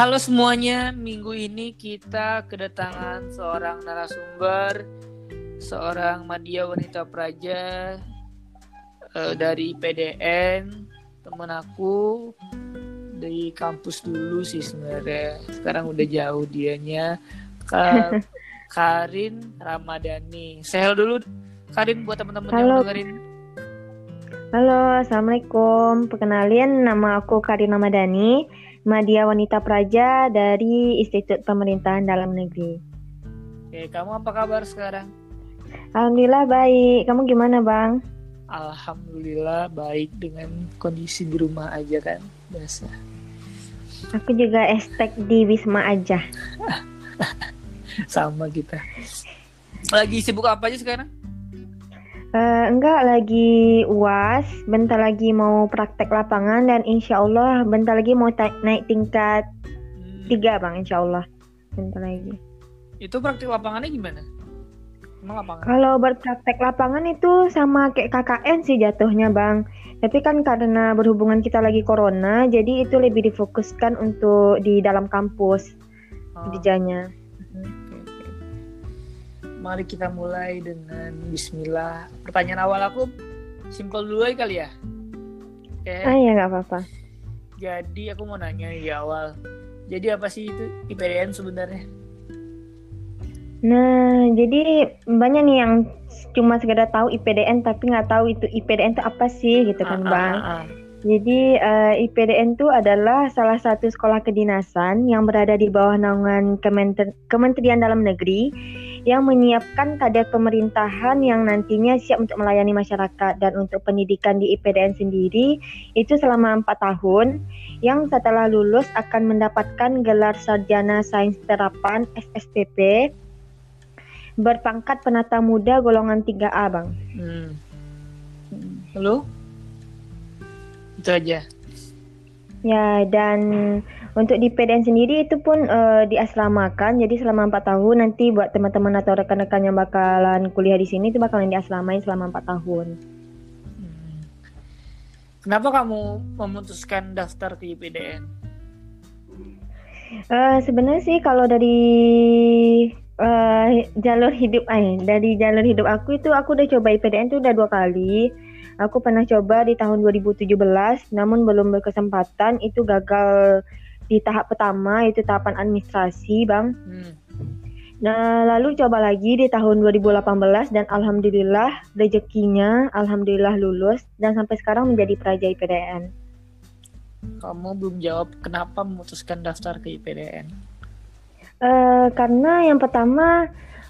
Halo semuanya, minggu ini kita kedatangan seorang narasumber, seorang Madya Wanita Praja dari IPDN, temen aku dari kampus dulu sih sebenarnya. Sekarang udah jauh dianya. Karin Ramadhani. Say dulu Karin buat teman-teman yang dengerin. Halo, Assalamualaikum. Perkenalin, nama aku Karin Ramadhani, Madya Wanita Praja dari Institut Pemerintahan Dalam Negeri. Oke, kamu apa kabar sekarang? Alhamdulillah baik. Kamu gimana, Bang? Alhamdulillah baik, dengan kondisi di rumah aja kan, biasa. Aku juga estek di Wisma aja. Sama kita. Lagi sibuk apa aja sekarang? Enggak, lagi UAS. Bentar lagi mau praktek lapangan dan insya Allah bentar lagi mau naik tingkat 3, Bang, insya Allah. Bentar lagi. Itu praktek lapangannya gimana? Emang lapangan? Kalau berpraktek lapangan itu sama kayak KKN sih jatuhnya, Bang. Tapi kan karena berhubungan kita lagi corona, jadi itu lebih difokuskan untuk di dalam kampus kerjanya. Mari kita mulai dengan bismillah. Pertanyaan awal aku simpel dulu aja kali ya. Oke. Ya nggak apa-apa. Jadi aku mau nanya di awal. Jadi apa sih itu IPDN sebenarnya? Nah, jadi banyak nih yang cuma sekedar tahu IPDN tapi nggak tahu itu IPDN itu apa sih gitu kan, Bang. Jadi IPDN itu adalah salah satu sekolah kedinasan yang berada di bawah naungan Kementerian Dalam Negeri yang menyiapkan kader pemerintahan yang nantinya siap untuk melayani masyarakat. Dan untuk pendidikan di IPDN sendiri itu selama 4 tahun, yang setelah lulus akan mendapatkan gelar Sarjana Sains Terapan SSTP berpangkat penata muda golongan 3A, Bang. Lalu? Itu aja. Ya, dan untuk di PDN sendiri itu pun diasramakan. Jadi selama 4 tahun nanti buat teman-teman atau rekan-rekan yang bakalan kuliah di sini itu bakalan diasramain selama 4 tahun. Kenapa kamu memutuskan daftar ke IPDN? Sebenarnya sih kalau dari jalur hidup aku itu aku udah coba IPDN itu udah 2 kali. Aku pernah coba di tahun 2017, namun belum berkesempatan. Itu gagal di tahap pertama, itu tahapan administrasi, Bang. Nah, lalu coba lagi di tahun 2018 dan alhamdulillah rezekinya, alhamdulillah lulus dan sampai sekarang menjadi praja IPDN. Kamu belum jawab kenapa memutuskan daftar ke IPDN. Karena yang pertama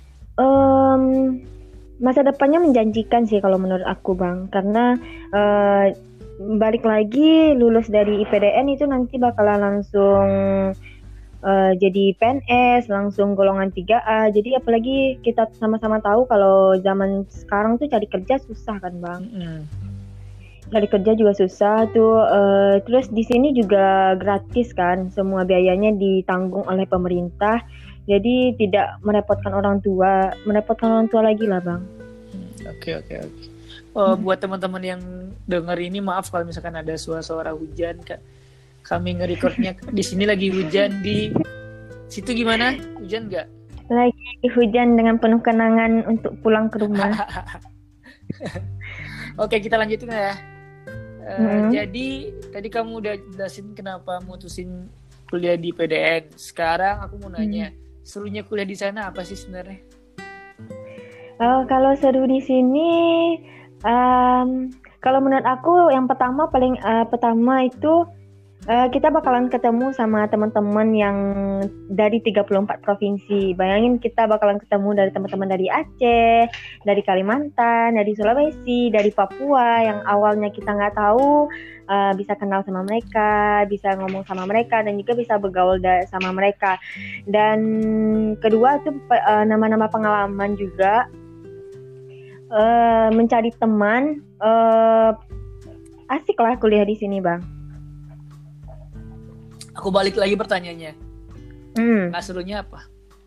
masa depannya menjanjikan sih kalau menurut aku, Bang. Karena balik lagi lulus dari IPDN itu nanti bakalan langsung jadi PNS, langsung golongan 3A. Jadi apalagi kita sama-sama tahu kalau zaman sekarang tuh cari kerja susah kan, Bang. Cari kerja juga susah tuh. Terus di sini juga gratis kan, semua biayanya ditanggung oleh pemerintah. Jadi tidak merepotkan orang tua lagi lah, Bang. Oke. Buat teman-teman yang dengar ini, maaf kalau misalkan ada suara hujan. Kami nge-recordnya di sini lagi hujan. Di situ gimana? Hujan nggak? Lagi hujan dengan penuh kenangan untuk pulang ke rumah. Oke, kita lanjutin ya. Jadi tadi kamu udah jelasin kenapa mutusin kuliah di PDN. Sekarang aku mau nanya, serunya kuliah di sana apa sih sebenarnya? Kalau seru di sini, kalau menurut aku yang pertama itu kita bakalan ketemu sama teman-teman yang dari 34 provinsi. Bayangin kita bakalan ketemu dari teman-teman dari Aceh, dari Kalimantan, dari Sulawesi, dari Papua yang awalnya kita nggak tahu, bisa kenal sama mereka, bisa ngomong sama mereka, dan juga bisa bergaul sama mereka. Dan kedua itu nama-nama pengalaman juga, mencari teman, asik lah kuliah di sini, Bang. Aku balik lagi pertanyaannya. Nggak serunya apa?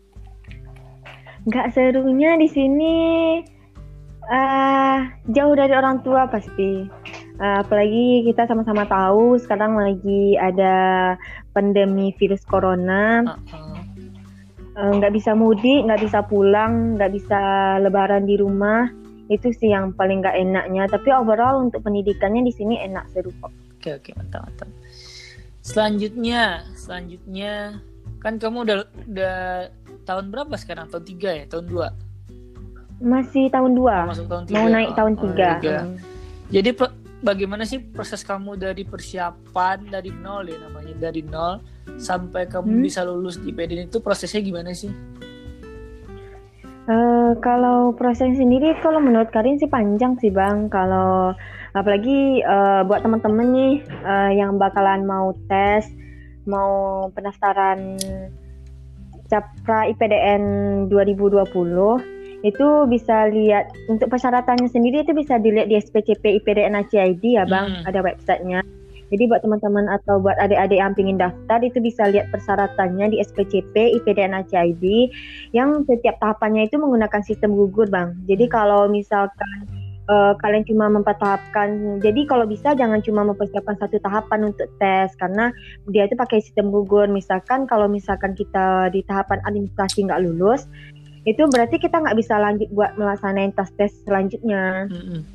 Nggak serunya di sini jauh dari orang tua pasti. Apalagi kita sama-sama tahu sekarang lagi ada pandemi virus corona. Nggak bisa mudik, nggak bisa pulang, nggak bisa lebaran di rumah. Itu sih yang paling nggak enaknya. Tapi overall untuk pendidikannya di sini enak, seru kok. Oke, mantap. Selanjutnya kan kamu udah tahun berapa sekarang? Tahun 3 ya? Tahun 2? Masih tahun 2. Masuk tahun 3. Mau naik tahun 3. Jadi bagaimana sih proses kamu dari persiapan dari nol ya namanya, dari nol sampai kamu bisa lulus di IPDN itu prosesnya gimana sih? Kalau proses sendiri kalau menurut Karin sih panjang sih Bang. Kalau apalagi buat teman-teman nih yang bakalan mau tes, mau pendaftaran Capra IPDN 2020 itu bisa lihat untuk persyaratannya sendiri itu bisa dilihat di SPCP IPDN ACID ya Bang, ada websitenya. Jadi buat teman-teman atau buat adik-adik yang ingin daftar itu bisa lihat persyaratannya di SPCP IPDN ACID yang setiap tahapannya itu menggunakan sistem gugur Bang. Jadi kalau misalkan kalian cuma mempertahapkan, jadi kalau bisa jangan cuma mempersiapkan satu tahapan untuk tes karena dia itu pakai sistem gugur. Misalkan kalau misalkan kita di tahapan administrasi nggak lulus, itu berarti kita nggak bisa lanjut buat melaksanain tes selanjutnya.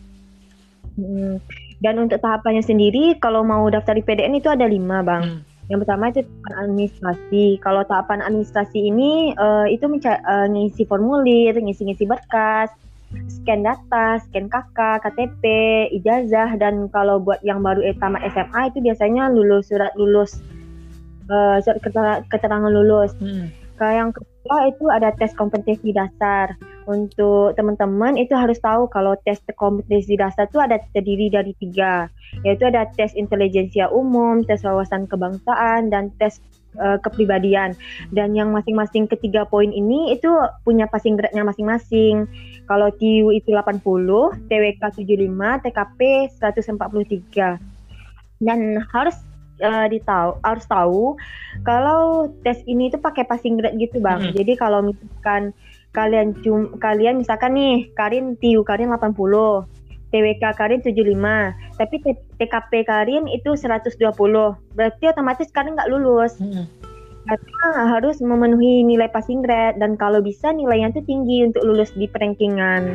Dan untuk tahapannya sendiri kalau mau daftar di PDN itu ada 5 Bang. Yang pertama itu tahapan administrasi. Kalau tahapan administrasi ini itu ngisi formulir, ngisi berkas, scan data, scan KK, KTP, ijazah, dan kalau buat yang baru tamat SMA itu biasanya surat lulus, surat keterangan lulus. Yang kedua itu ada tes kompetensi dasar. Untuk teman-teman itu harus tahu kalau tes kompetensi dasar itu ada terdiri dari 3, yaitu ada tes intelijensia umum, tes wawasan kebangsaan, dan tes kepribadian. Dan yang masing-masing ketiga poin ini itu punya passing grade-nya masing-masing. Kalau TIU itu 80, TWK 75, TKP 143. Dan harus tahu kalau tes ini itu pakai passing grade gitu Bang. Jadi kalau misalkan kalian misalkan nih TIU Karin 80, TWK Karin 75, tapi TKP Karin itu 120. Berarti otomatis Karin nggak lulus. Karena harus memenuhi nilai passing grade dan kalau bisa nilainya itu tinggi untuk lulus di perankingan.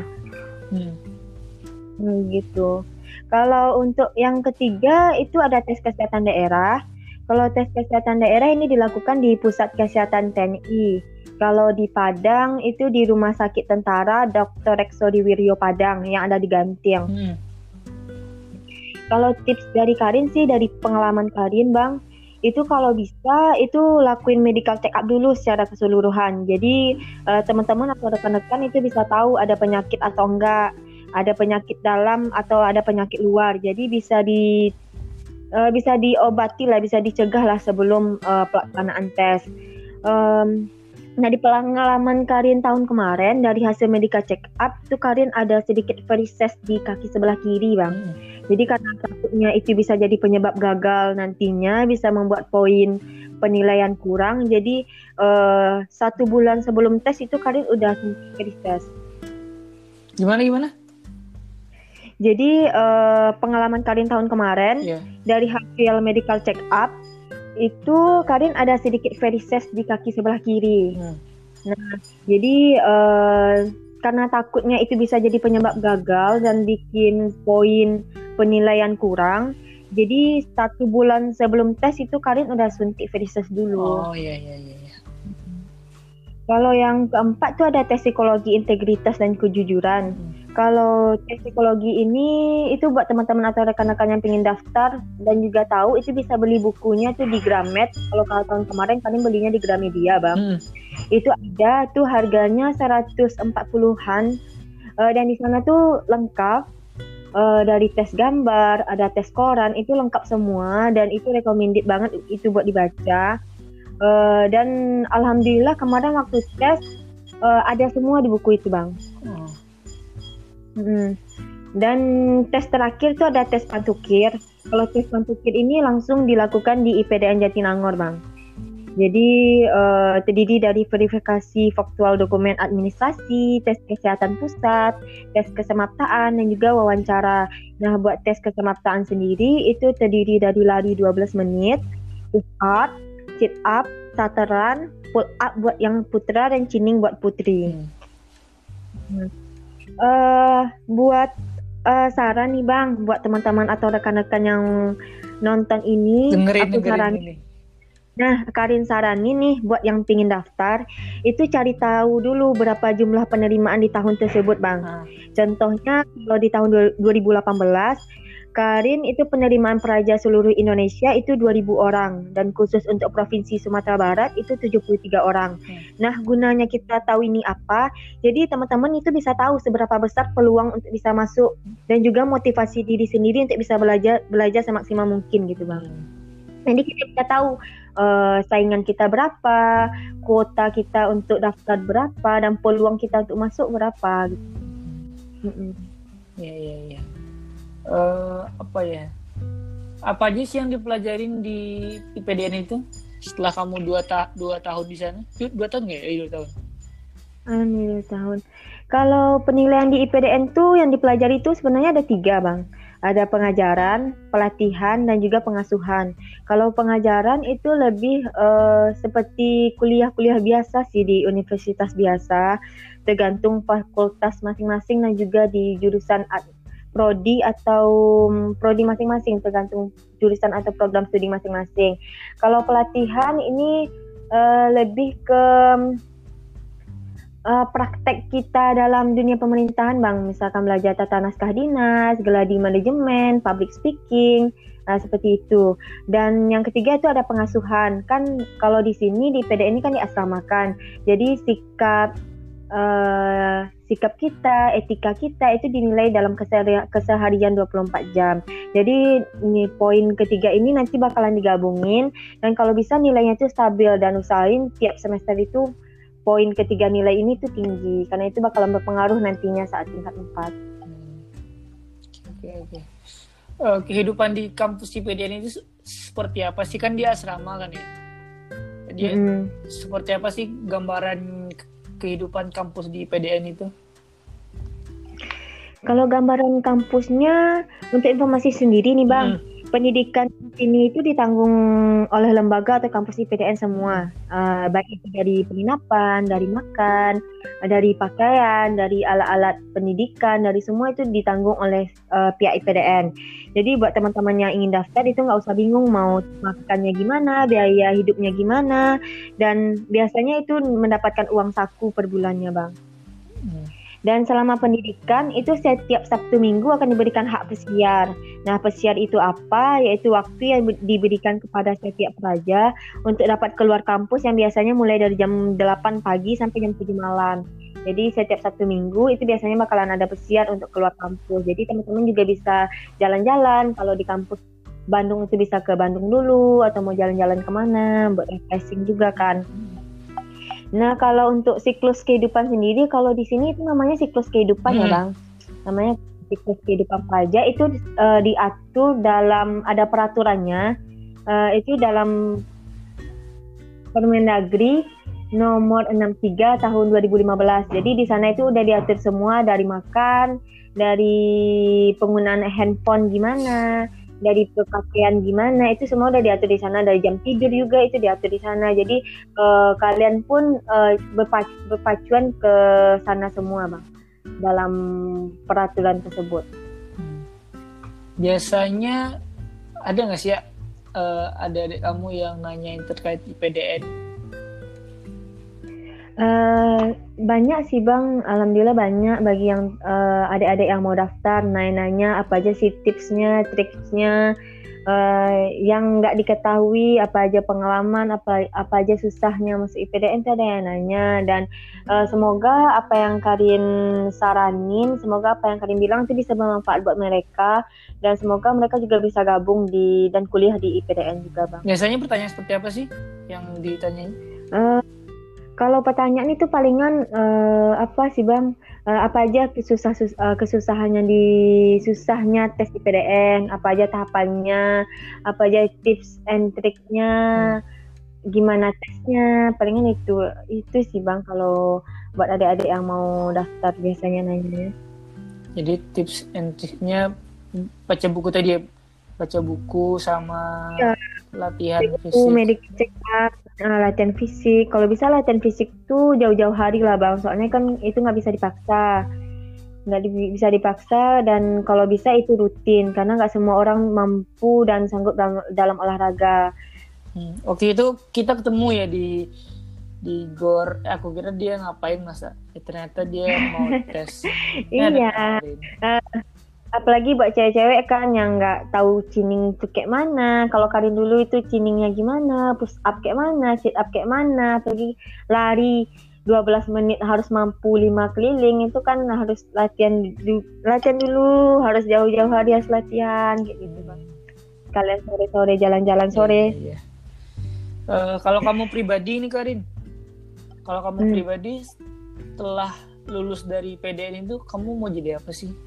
Gitu. Kalau untuk yang ketiga itu ada tes kesehatan daerah. Kalau tes kesehatan daerah ini dilakukan di Pusat Kesehatan TNI. Kalau di Padang itu di Rumah Sakit Tentara Dr. Reksodi Wiryo Padang yang ada di Gantiang. Kalau tips dari Karin sih dari pengalaman Karin Bang, itu kalau bisa itu lakuin medical check up dulu secara keseluruhan. Jadi teman-teman atau rekan-rekan itu bisa tahu ada penyakit atau enggak, ada penyakit dalam atau ada penyakit luar. Jadi bisa diobati lah, bisa dicegah lah sebelum pelaksanaan tes. Nah di pengalaman Karin tahun kemarin dari hasil medical check up itu Karin ada sedikit varises di kaki sebelah kiri Bang. Jadi karena takutnya itu bisa jadi penyebab gagal nantinya, bisa membuat poin penilaian kurang. Jadi 1 bulan sebelum tes itu Karin udah varises. Gimana? Jadi pengalaman Karin tahun kemarin dari hasil medical check up itu Karin ada sedikit varises di kaki sebelah kiri. Nah, jadi karena takutnya itu bisa jadi penyebab gagal dan bikin poin penilaian kurang, jadi 1 bulan sebelum tes itu Karin udah suntik varises dulu. Iya. Kalau yang keempat tuh ada tes psikologi integritas dan kejujuran. Kalau tes psikologi ini itu buat teman-teman atau rekan-rekan yang pengen daftar dan juga tahu itu bisa beli bukunya tuh di Gramet. Kalau tahun kemarin kalian belinya di Gramedia Bang. Itu ada tuh harganya 140-an dan di sana tuh lengkap dari tes gambar, ada tes koran, itu lengkap semua dan itu recommended banget itu buat dibaca. Dan alhamdulillah kemarin waktu tes ada semua di buku itu Bang. Dan tes terakhir tuh ada tes pantukir. Kalau tes pantukir ini langsung dilakukan di IPDN Jatinangor Bang. Jadi terdiri dari verifikasi faktual dokumen administrasi, tes kesehatan pusat, tes kesemaptaan, dan juga wawancara. Nah, buat tes kesemaptaan sendiri itu terdiri dari lari 12 menit, push up, sit up, sataran, pull up buat yang putra dan chinning buat putri. Buat saran nih Bang, buat teman-teman atau rekan-rekan yang nonton ini, aku saranin. Nah, Karin saranin nih buat yang pingin daftar, itu cari tahu dulu berapa jumlah penerimaan di tahun tersebut, Bang. Contohnya kalau di tahun 2018, Karin itu penerimaan pelajar seluruh Indonesia itu 2.000 orang dan khusus untuk Provinsi Sumatera Barat itu 73 orang. Nah, gunanya kita tahu ini apa? Jadi teman-teman itu bisa tahu seberapa besar peluang untuk bisa masuk dan juga motivasi diri sendiri untuk bisa belajar semaksimal mungkin gitu, Bang. Jadi kita bisa tahu saingan kita berapa, kuota kita untuk daftar berapa, dan peluang kita untuk masuk berapa gitu. Iya. Apa ya? Apa aja sih yang dipelajarin di IPDN itu setelah kamu 2 tahun di sana? 2 tahun nggak ya? 2 tahun. 2 tahun. Kalau penilaian di IPDN tuh yang dipelajari itu sebenarnya ada 3, Bang. Ada pengajaran, pelatihan, dan juga pengasuhan. Kalau pengajaran itu lebih seperti kuliah-kuliah biasa sih di universitas biasa, tergantung fakultas masing-masing dan juga di jurusan prodi atau prodi masing-masing, tergantung jurusan atau program studi masing-masing. Kalau pelatihan ini lebih ke praktek kita dalam dunia pemerintahan, Bang. Misalkan belajar tata naskah dinas, geladi manajemen, public speaking, seperti itu. Dan yang ketiga itu ada pengasuhan. Kan kalau di sini di PDN ini kan diasramakan. Jadi sikap kita, etika kita itu dinilai dalam keseharian 24 jam. Jadi poin ketiga ini nanti bakalan digabungin dan kalau bisa nilainya itu stabil dan usahain tiap semester itu poin ketiga nilai ini tuh tinggi karena itu bakalan berpengaruh nantinya saat tingkat 4. Oke. Kehidupan di kampus IPDN itu seperti apa sih? Kan dia asrama kan ya? Dia seperti apa sih gambaran kehidupan kampus di IPDN itu? Kalau gambaran kampusnya untuk informasi sendiri nih Bang, pendidikan ini itu ditanggung oleh lembaga atau kampus IPDN semua, baik itu dari penginapan, dari makan, dari pakaian, dari alat-alat pendidikan, dari semua itu ditanggung oleh pihak IPDN. Jadi buat teman-teman yang ingin daftar itu nggak usah bingung mau makannya gimana, biaya hidupnya gimana, dan biasanya itu mendapatkan uang saku per bulannya Bang. Dan selama pendidikan itu setiap Sabtu Minggu akan diberikan hak pesiar. Nah, pesiar itu apa? Yaitu waktu yang diberikan kepada setiap pelajar untuk dapat keluar kampus yang biasanya mulai dari jam 8 pagi sampai jam 7 malam. Jadi setiap Sabtu Minggu itu biasanya bakalan ada pesiar untuk keluar kampus. Jadi teman-teman juga bisa jalan-jalan. Kalau di kampus Bandung itu bisa ke Bandung dulu atau mau jalan-jalan kemana buat refreshing juga kan. Nah, kalau untuk siklus kehidupan sendiri, kalau di sini itu namanya siklus kehidupan ya Bang. Namanya siklus kehidupan pelajar itu diatur dalam, ada peraturannya, itu dalam Permendagri nomor 63 tahun 2015. Jadi di sana itu udah diatur semua dari makan, dari penggunaan handphone gimana, dari pakaian gimana, itu semua udah diatur di sana. Dari jam tidur juga itu diatur di sana. Jadi kalian pun berpacuan ke sana semua Bang dalam peraturan tersebut. Biasanya ada nggak sih ya adik-adik kamu yang nanyain terkait IPDN? Banyak sih Bang, alhamdulillah banyak bagi yang adik-adik yang mau daftar nanya-nanya apa aja sih tipsnya, triknya, yang nggak diketahui, apa aja pengalaman, apa aja susahnya masuk IPDN itu ada yang nanya. Dan semoga apa yang Karin saranin, semoga apa yang Karin bilang itu bisa bermanfaat buat mereka dan semoga mereka juga bisa gabung dan kuliah di IPDN juga Bang. Biasanya pertanyaan seperti apa sih yang ditanyain? Kalau pertanyaan itu palingan apa sih Bang? Apa aja kesusahannya susahnya tes IPDN, apa aja tahapannya, apa aja tips and triknya, gimana tesnya, palingan itu sih Bang kalau buat adik-adik yang mau daftar biasanya nanya. Jadi tips and triknya baca buku tadi ya, baca buku sama Ya, latihan itu fisik. medical check up, latihan fisik. Kalau bisa latihan fisik tuh jauh-jauh hari lah bang. Soalnya kan itu nggak bisa dipaksa, bisa dipaksa dan kalau bisa itu rutin karena nggak semua orang mampu dan sanggup dalam olahraga. Waktu itu kita ketemu ya di GOR. Aku kira dia ngapain masa? Ternyata dia mau tes. Iya. Apalagi buat cewek-cewek kan yang nggak tahu chinning itu kayak mana. Kalau Karin dulu itu chinningnya gimana, push up kayak mana, sit up kayak mana, pergi lari 12 menit harus mampu 5 keliling itu kan harus latihan dulu, harus jauh-jauh hari harus latihan kayak gitu bang. Kalian sore-sore jalan-jalan sore. Iya. Kalau kamu pribadi nih Karin, kalau kamu pribadi setelah lulus dari PDN itu kamu mau jadi apa sih?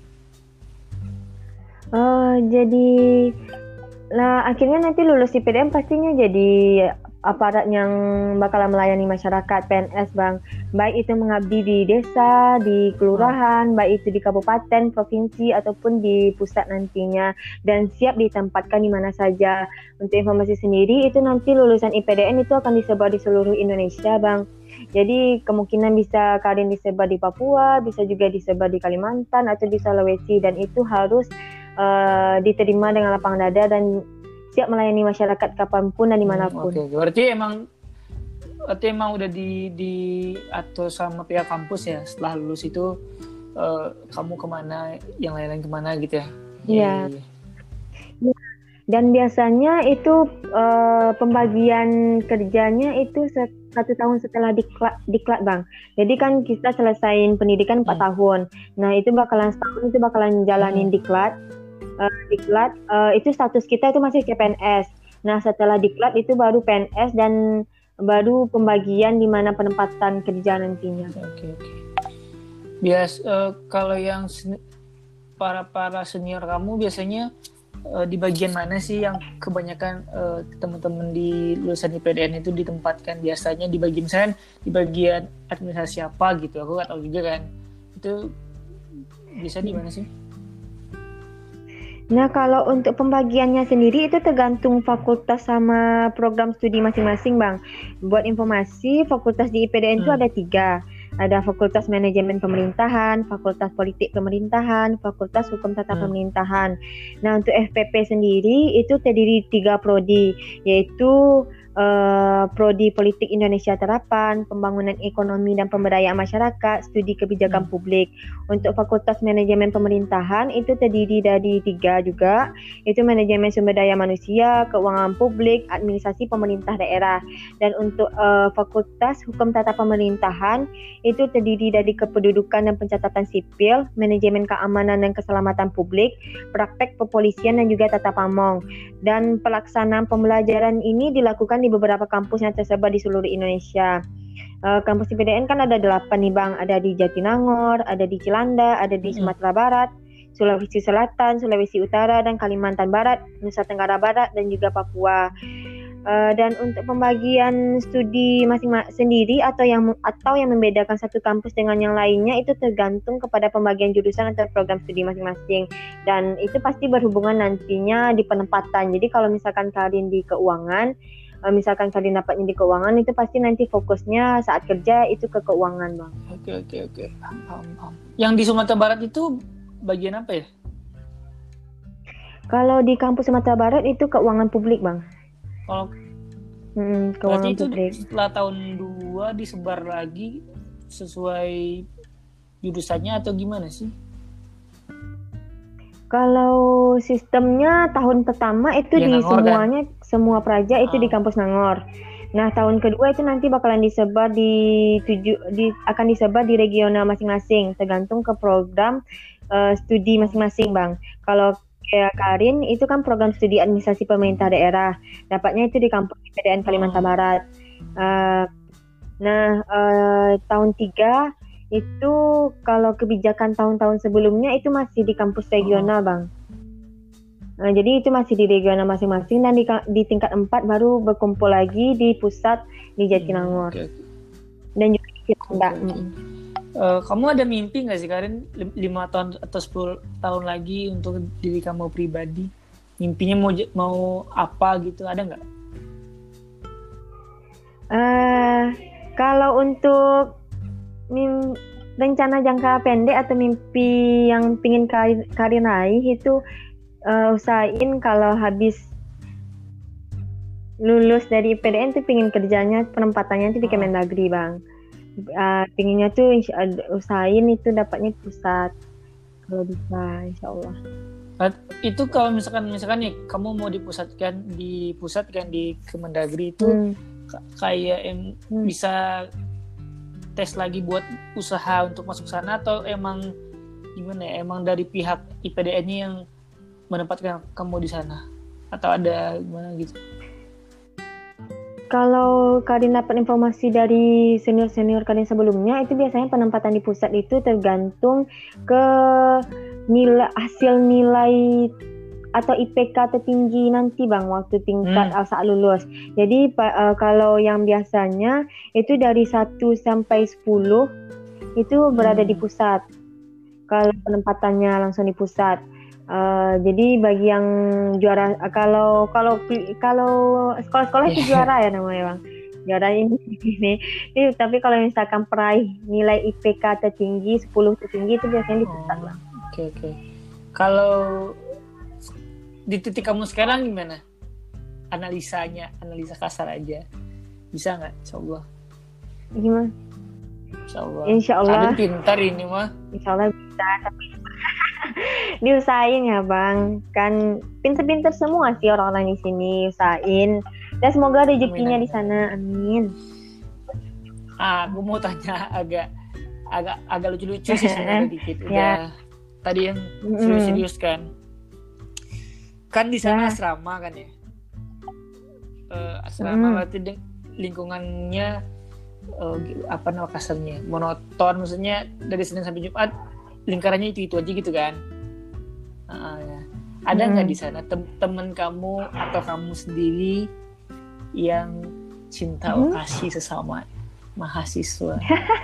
Jadi akhirnya nanti lulus di PDM pastinya jadi aparat yang bakalan melayani masyarakat, PNS bang. Baik itu mengabdi di desa, di kelurahan, baik itu di kabupaten, provinsi ataupun di pusat nantinya, dan siap ditempatkan di mana saja. Untuk informasi sendiri itu nanti lulusan IPDN itu akan disebar di seluruh Indonesia bang. Jadi kemungkinan bisa Karin disebar di Papua, bisa juga disebar di Kalimantan atau di Sulawesi, dan itu harus diterima dengan lapang dada dan siap melayani masyarakat kapanpun dan dimanapun. Oke. Berarti emang udah diatur sama pihak kampus ya, setelah lulus itu kamu kemana, yang lain-lain kemana gitu ya? Iya. Dan biasanya itu pembagian kerjanya itu 1 tahun setelah diklat bang. Jadi kan kita selesaiin pendidikan 4 tahun. Nah itu bakalan setahun itu bakalan jalanin diklat. Itu status kita itu masih CPNS. Nah setelah diklat itu baru PNS dan baru pembagian di mana penempatan kerja nantinya. Oke. Kalau yang para senior kamu biasanya di bagian mana sih yang kebanyakan teman-teman di lulusan IPDN itu ditempatkan? Biasanya di bagian administrasi apa gitu, aku nggak tahu juga kan. Itu bisa di mana sih? Nah kalau untuk pembagiannya sendiri itu tergantung fakultas sama program studi masing-masing bang. Buat informasi, fakultas di IPDN itu ada 3. Ada Fakultas Manajemen Pemerintahan, Fakultas Politik Pemerintahan, Fakultas Hukum Tata Pemerintahan. Nah untuk FPP sendiri itu terdiri 3 prodi, yaitu Prodi Politik Indonesia Terapan, Pembangunan Ekonomi dan Pemberdayaan Masyarakat, Studi Kebijakan Publik. Untuk Fakultas Manajemen Pemerintahan itu terdiri dari 3 juga, yaitu Manajemen Sumber Daya Manusia, Keuangan Publik, Administrasi Pemerintah Daerah. Dan untuk Fakultas Hukum Tata Pemerintahan itu terdiri dari Kependudukan dan Pencatatan Sipil, Manajemen Keamanan dan Keselamatan Publik, Praktek Kepolisian dan juga Tata Pamong. Dan pelaksanaan pembelajaran ini dilakukan di beberapa kampus yang tersebar di seluruh Indonesia. Kampus IPDN kan ada 8 nih bang, ada di Jatinangor, ada di Cilanda, ada di Sumatera Barat, Sulawesi Selatan, Sulawesi Utara, dan Kalimantan Barat, Nusa Tenggara Barat, dan juga Papua. Dan untuk pembagian studi masing-masing sendiri atau yang membedakan satu kampus dengan yang lainnya itu tergantung kepada pembagian jurusan atau program studi masing-masing, dan itu pasti berhubungan nantinya di penempatan. Jadi kalau misalkan Karin di keuangan, misalkan Karin dapatnya di keuangan, itu pasti nanti fokusnya saat kerja itu ke keuangan bang. Oke. Paham. Yang di Sumatera Barat itu bagian apa ya? Kalau di kampus Sumatera Barat itu keuangan publik bang. Kalau keuangan itu publik. Setelah tahun 2 disebar lagi sesuai jurusannya atau gimana sih? Kalau sistemnya tahun pertama itu ya, di Nangor, semuanya kan? Semua praja itu di kampus Nangor. Nah tahun kedua itu nanti bakalan disebar akan disebar di regional masing-masing tergantung ke program studi masing-masing bang. Kalau kayak Karin itu kan program studi administrasi pemerintah daerah, dapatnya itu di kampus IPDN Kalimantan Barat. Tahun 3 itu kalau kebijakan tahun-tahun sebelumnya itu masih di kampus regional bang. Jadi itu masih di regional masing-masing, dan di tingkat 4 baru berkumpul lagi di pusat di Jatinangor. Dan juga di Cilanda. Kamu ada mimpi nggak sih Karin 5 tahun atau 10 tahun lagi untuk diri kamu pribadi? Mimpinya mau apa gitu, ada nggak? Kalau untuk rencana jangka pendek atau mimpi yang pingin Karin raih itu, usahain kalau habis lulus dari IPDN tuh pingin kerjanya penempatannya tuh di Kemendagri bang. Pinginnya tuh usahain itu dapatnya pusat kalau bisa, insya Allah. Itu kalau misalkan nih kamu mau dipusatkan di Kemendagri itu kayak bisa tes lagi buat usaha untuk masuk sana, atau emang gimana ya, emang dari pihak IPDN-nya yang menempatkan kamu di sana, atau ada gimana gitu? Kalau Karin dapat informasi dari senior Karin sebelumnya, itu biasanya penempatan di pusat itu tergantung ke hasil nilai atau IPK tertinggi nanti bang waktu tingkat saat lulus. Jadi kalau yang biasanya itu dari 1 sampai 10 itu berada di pusat. Kalau penempatannya langsung di pusat. Jadi bagi yang juara, kalau sekolah-sekolah itu juara ya namanya bang, juara ini. Tapi kalau misalkan peraih nilai IPK tertinggi 10 tertinggi itu biasanya di pusat bang. Oke. Kalau di titik kamu sekarang gimana? Analisa kasar aja, bisa nggak? Insyaallah. Gimana? Insyaallah. Kalian pintar ini mah. Insyaallah bisa, tapi diusahain ya bang, kan pinter-pinter semua sih orang-orang di sini, usahain dan semoga rezekinya di sana, amin. Aku mau tanya agak lucu-lucu sih sebenarnya dikit. Udah tadi yang serius-serius kan di sana asrama kan ya, asrama berarti lingkungannya apa nama kasarnya, monoton, maksudnya dari Senin sampai Jumat lingkarannya itu aja gitu kan. Ya. Ada nggak di sana teman kamu atau kamu sendiri yang cinta lokasi sesama mahasiswa?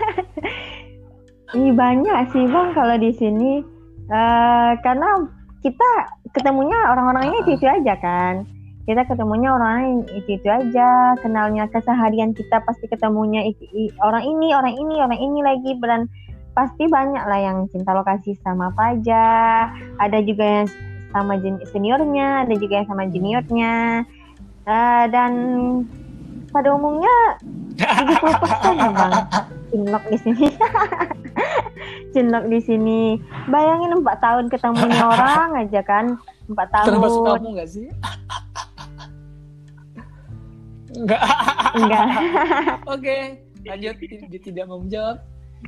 Ini banyak sih bang kalau di sini, karena kita ketemunya orang-orangnya itu aja kan. Kita ketemunya orang itu aja, kenalnya keseharian kita pasti ketemunya orang ini lagi, dan pasti banyak lah yang cinta lokasi sama aja. Ada juga yang sama seniornya, ada juga yang sama juniornya, dan pada umumnya 70% ya bang cinlok di sini. Cinlok di sini. Bayangin 4 tahun ketemunya orang aja kan, 4 tahun. Termasuk kamu nggak sih? Enggak. Oke, lanjut. Dia tidak mau menjawab.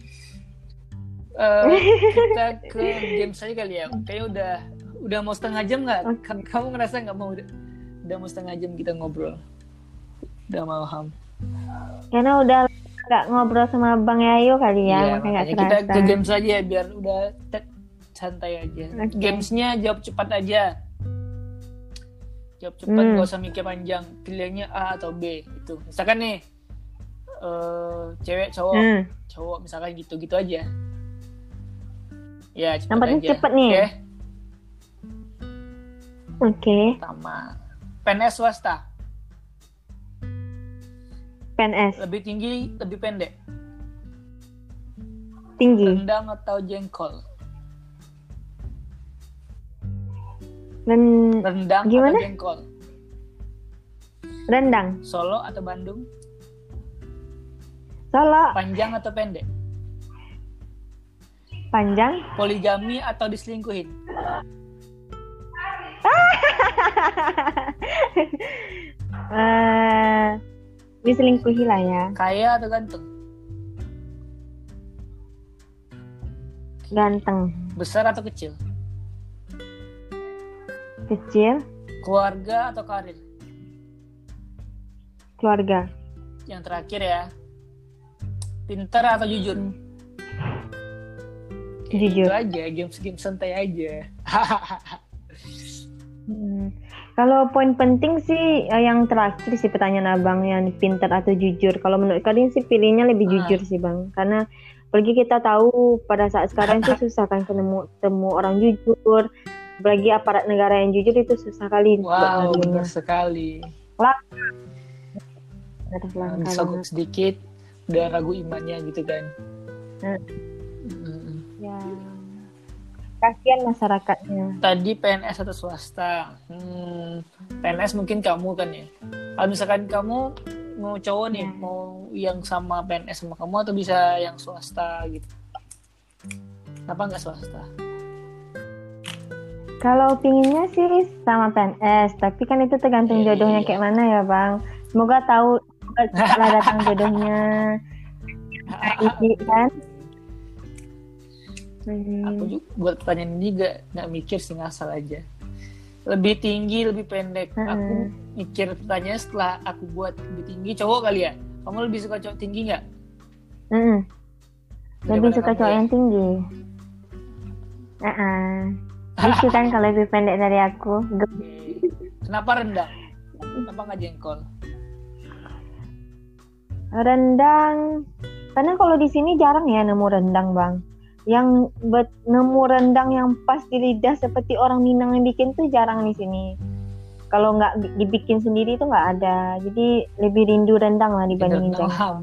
Kita ke game saja kali ya. Kayaknya udah mau setengah jam nggak? Okay. Kamu ngerasa nggak mau udah mau setengah jam kita ngobrol? Udah malam. Karena udah nggak ngobrol sama Bang Yayo kali ya, makanya kita ke game saja biar udah santai aja. Okay. Gamesnya jawab cepat aja. Jawab cepat, gak usah mikir panjang. Pilihannya A atau B itu. Misalkan nih cewek cowok misalkan gitu aja. Ya, cepat aja. Cepet nih. Oke. Pertama, PNS swasta. PNS. Lebih tinggi, lebih pendek. Tinggi. Rendang atau jengkol? Rendang gimana? Atau jengkol? Rendang. Solo atau Bandung? Solo. Panjang atau pendek? Panjang. Poligami atau diselingkuhin? Diselingkuhi lah ya. Kaya atau ganteng? Ganteng. Besar atau kecil? Kecil. Keluarga atau karir? Keluarga. Yang terakhir ya, pintar atau jujur? Jujur. Itu aja, game santai aja. Kalau poin penting sih yang terakhir sih, pertanyaan abang yang pintar atau jujur. Kalau menurut kalian sih pilihnya lebih jujur sih bang, karena Apalagi kita tahu pada saat sekarang itu susah kan temu orang jujur. Apalagi aparat negara yang jujur itu susah kali buat Wow, nyarinya. benar sekali. Disogok sedikit, udah ragu imannya gitu kan. Ya, kasihan masyarakatnya. Tadi PNS atau swasta? PNS mungkin kamu kan ya. Kalau misalkan kamu mau cowok nih, mau yang sama PNS sama kamu atau bisa yang swasta gitu? Kenapa nggak swasta? Kalau pinginnya sih sama PNS, tapi kan itu tergantung jodohnya kayak mana ya bang. Semoga setelah datang jodohnya, kan? Aku juga buat pertanyaan ini juga nggak mikir sih, ngasal aja. Lebih tinggi, lebih pendek. Aku mikir pertanyaan setelah aku buat lebih tinggi. Cowok kali ya? Kamu lebih suka cowok tinggi nggak? Lebih suka cowok yang tinggi. Lucu kan kalau lebih pendek dari aku. Kenapa rendang? Kenapa nggak jengkol? Rendang, karena kalau di sini jarang ya nemu rendang bang. Yang nemu rendang yang pas di lidah seperti orang Minang yang bikin tuh jarang di sini. Kalau nggak dibikin sendiri itu nggak ada. Jadi lebih rindu rendang lah dibandingin jengkol.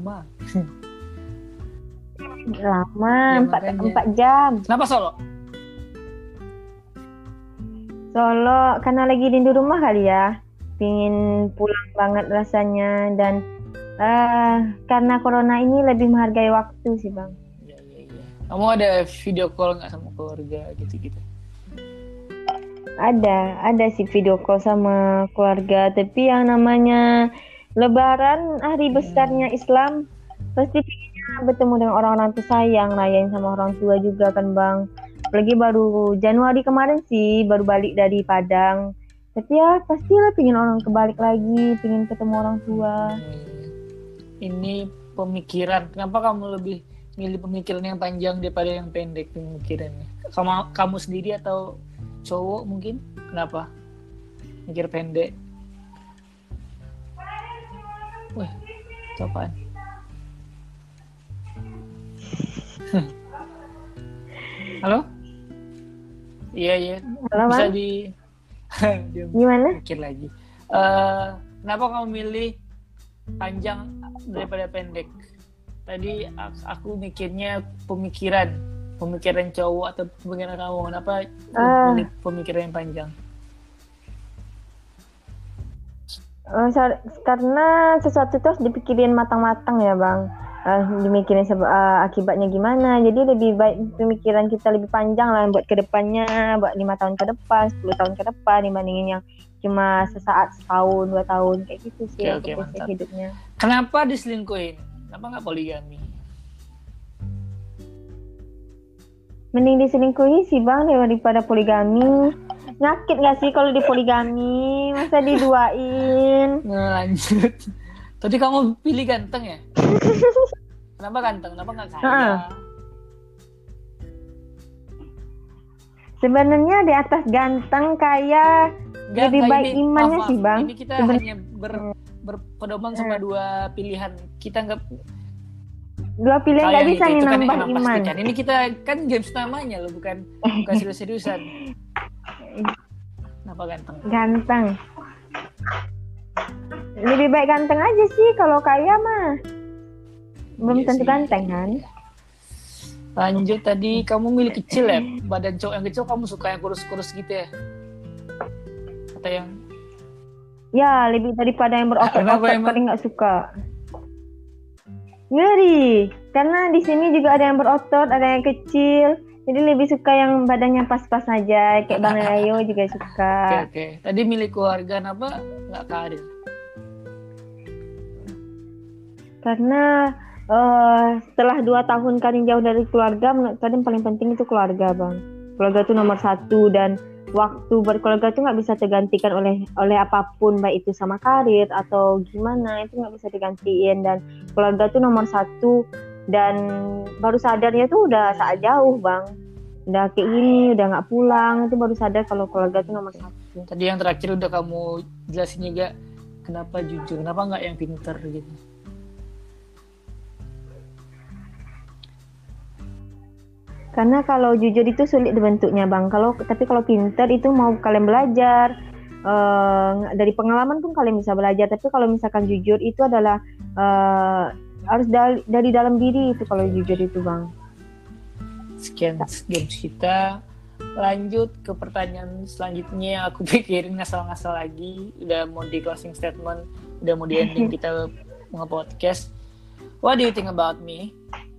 Lama, ya, 4 jam. Kenapa Solo? Solo karena lagi rindu rumah kali ya. Pingin pulang banget rasanya. Dan karena corona ini lebih menghargai waktu sih bang. Kamu ada video call nggak sama keluarga gitu-gitu? Ada sih video call sama keluarga. Tapi yang namanya Lebaran, hari besarnya Islam, pasti bertemu dengan orang-orang tersayang, rayain sama orang tua juga kan bang. Apalagi baru Januari kemarin sih, baru balik dari Padang. Tapi ya pastilah pingin orang kebalik lagi, pingin ketemu orang tua. Ini pemikiran. Kenapa kamu lebih milih pemikiran yang panjang daripada yang pendek pemikirannya? Kamu sendiri atau cowok mungkin? Kenapa mikir pendek? Wih, itu apaan? Halo? Iya. Halo, bisa Bang? Gimana? Mikir lagi. Kenapa kamu milih panjang daripada pendek? Tadi aku mikirnya pemikiran cowok atau pemikiran kamu. Kenapa milih pemikiran yang panjang? Karena sesuatu itu harus dipikirin matang-matang ya bang. Dimikirin akibatnya gimana. Jadi lebih baik pemikiran kita lebih panjang lah buat kedepannya, buat 5 tahun ke depan, 10 tahun ke depan, dibandingin yang cuma sesaat, setahun, 2 tahun kayak gitu sih. Oke, hidupnya. Kenapa diselingkuhin? Kenapa nggak poligami? Mending diselingkuhi sih bang daripada poligami. Nyakit gak sih kalau dipoligami? Masa diduain? Lanjut. Tadi kamu pilih ganteng ya? Kenapa ganteng? Kenapa nggak kaya? Sebenarnya di atas ganteng, kaya, lebih baik imannya sih bang. Ini kita hanya berpedoman sama 2 pilihan. Kita nggak 2 pilihan nggak bisa nih nambah iman. Ini kita kan games namanya loh, bukan serius-seriusan. Kenapa ganteng? Ganteng. Lebih baik ganteng aja sih, kalau kaya mah belum tentu ganteng kan. Lanjut, tadi kamu milih kecil ya, badan cowok yang kecil kamu suka yang kurus-kurus gitu ya? Atau yang? Ya, lebih daripada yang berotot-otot, paling nggak suka. Ngeri, karena di sini juga ada yang berotot, ada yang kecil. Jadi lebih suka yang badannya pas-pas aja, kayak Bang Ayo juga suka. Oke. Tadi milih keluarga, kenapa nggak karir? Karena setelah 2 tahun Karin jauh dari keluarga, menurut Karin paling penting itu keluarga bang. Keluarga itu nomor 1, dan waktu berkeluarga itu nggak bisa tergantikan oleh apapun, baik itu sama karir atau gimana, itu nggak bisa digantiin. Dan keluarga itu nomor 1, dan baru sadarnya tuh udah saat jauh bang, udah kayak gini, udah nggak pulang, itu baru sadar kalau keluarga itu nomor 1. Tadi yang terakhir udah kamu jelasin juga, kenapa jujur, kenapa nggak yang pinter gitu? Karena kalau jujur itu sulit dibentuknya Bang. Tapi kalau pintar itu mau kalian belajar, dari pengalaman pun kalian bisa belajar. Tapi kalau misalkan jujur itu adalah harus dari dalam diri itu kalau jujur itu Bang. Sekian games kita. Lanjut ke pertanyaan selanjutnya yang aku pikirin ngasal-ngasal lagi. Udah mau di closing statement, udah mau di ending kita nge-podcast. What do you think about me?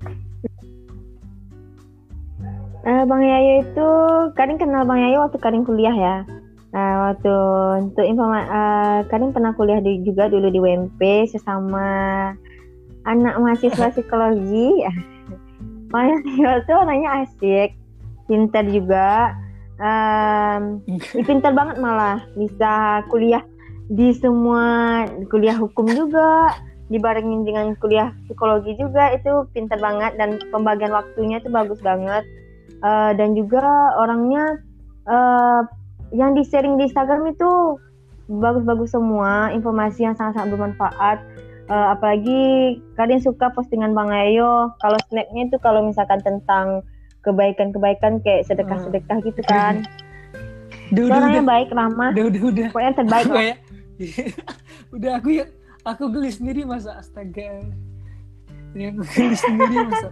Bang Yayo itu, Karin kenal Bang Yayo waktu Karin kuliah ya. Nah, waktu untuk Karin pernah kuliah juga dulu di WMP sesama anak mahasiswa psikologi. Bang Yayo itu orangnya asik, pintar juga, pintar banget malah, bisa kuliah di semua kuliah hukum juga, dibarengin dengan kuliah psikologi juga, itu pintar banget dan pembagian waktunya itu bagus banget. Dan juga orangnya yang di-sharing di Instagram itu bagus-bagus semua, informasi yang sangat-sangat bermanfaat. Apalagi kalian suka postingan Bang Ayo, kalau snapnya itu kalau misalkan tentang kebaikan-kebaikan kayak sedekah-sedekah gitu kan. Orangnya baik, ramah. Udah. Pokoknya terbaik lah. Ya. Udah aku geli sendiri masa astaga. Ini aku geli sendiri masa.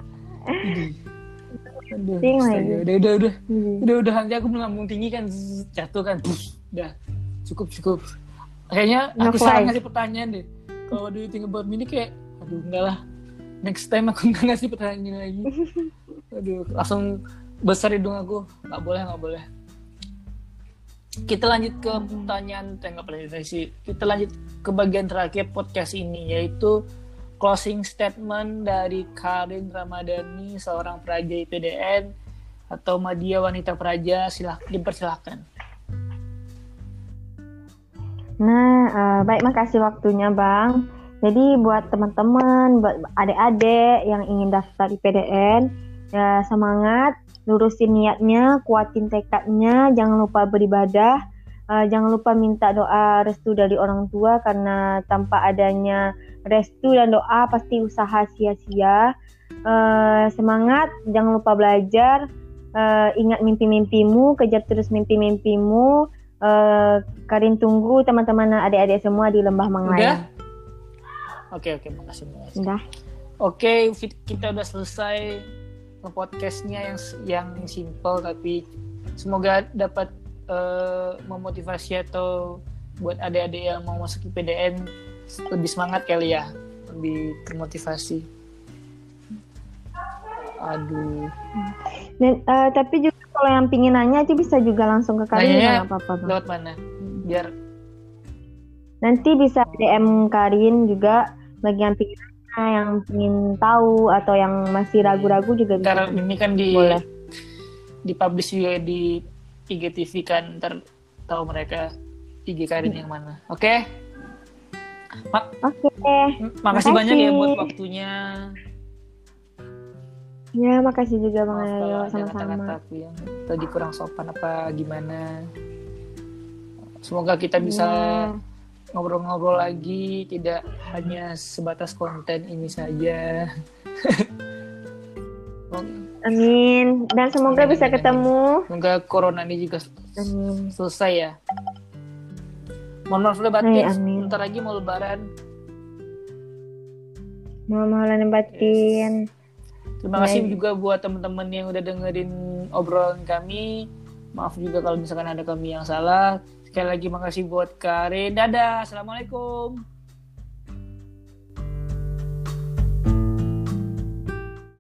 Aduh, astaga. Udah nanti aku melambung tinggi kan jatuh kan. Udah. Cukup. Kayaknya aku salah ngasih pertanyaan deh. Kalau do you think about me ini kayak aduh enggak lah. Next time aku enggak ngasih pertanyaan lagi. Aduh, langsung besar hidung aku. Enggak boleh. Kita lanjut ke pertanyaan, kita lanjut ke bagian terakhir podcast ini, yaitu closing statement dari Karin Ramadhani, seorang praja IPDN atau Madya Wanita Praja. Dipersilakan. Nah, baik, makasih waktunya Bang. Jadi buat teman-teman, buat adik-adik yang ingin daftar IPDN, ya semangat, lurusin niatnya, kuatin tekadnya, jangan lupa beribadah, jangan lupa minta doa restu dari orang tua, karena tanpa adanya restu dan doa pasti usaha sia-sia. Semangat, jangan lupa belajar, ingat mimpi-mimpimu, kejar terus mimpi-mimpimu. Karin tunggu teman-teman adik-adik semua di Lembah Manglayang. Oke, makasih. Udah. Oke, kita udah selesai podcastnya yang simple, tapi semoga dapat memotivasi atau buat adik-adik yang mau masuk IPDN lebih semangat kali ya, lebih termotivasi. Aduh. Dan, tapi juga kalau yang pingin nanya itu bisa juga langsung ke Karin, nggak apa-apa Bang. Lewat mana? Biar nanti bisa DM Karin juga bagi yang pingin nanya, yang pingin tahu atau yang masih ragu-ragu juga bisa. Karena ini kan dipublish juga di IGTV kan, ntar tahu mereka IG Karin yang mana. Oke? Makasih banyak ya buat waktunya. Ya, makasih juga Bang Ayo, sama-sama. Kata-kata aku yang tadi kurang sopan apa gimana. Semoga kita bisa ngobrol-ngobrol lagi, tidak hanya sebatas konten ini saja. Amin. Dan semoga bisa ketemu. Semoga corona ini juga selesai ya. Mohon maaf batin, bentar lagi mau lebaran. Mohon batin. Terima kasih juga buat teman-teman yang udah dengerin obrolan kami. Maaf juga kalau misalkan ada kami yang salah. Sekali lagi makasih buat Karin. Dadah. Assalamualaikum.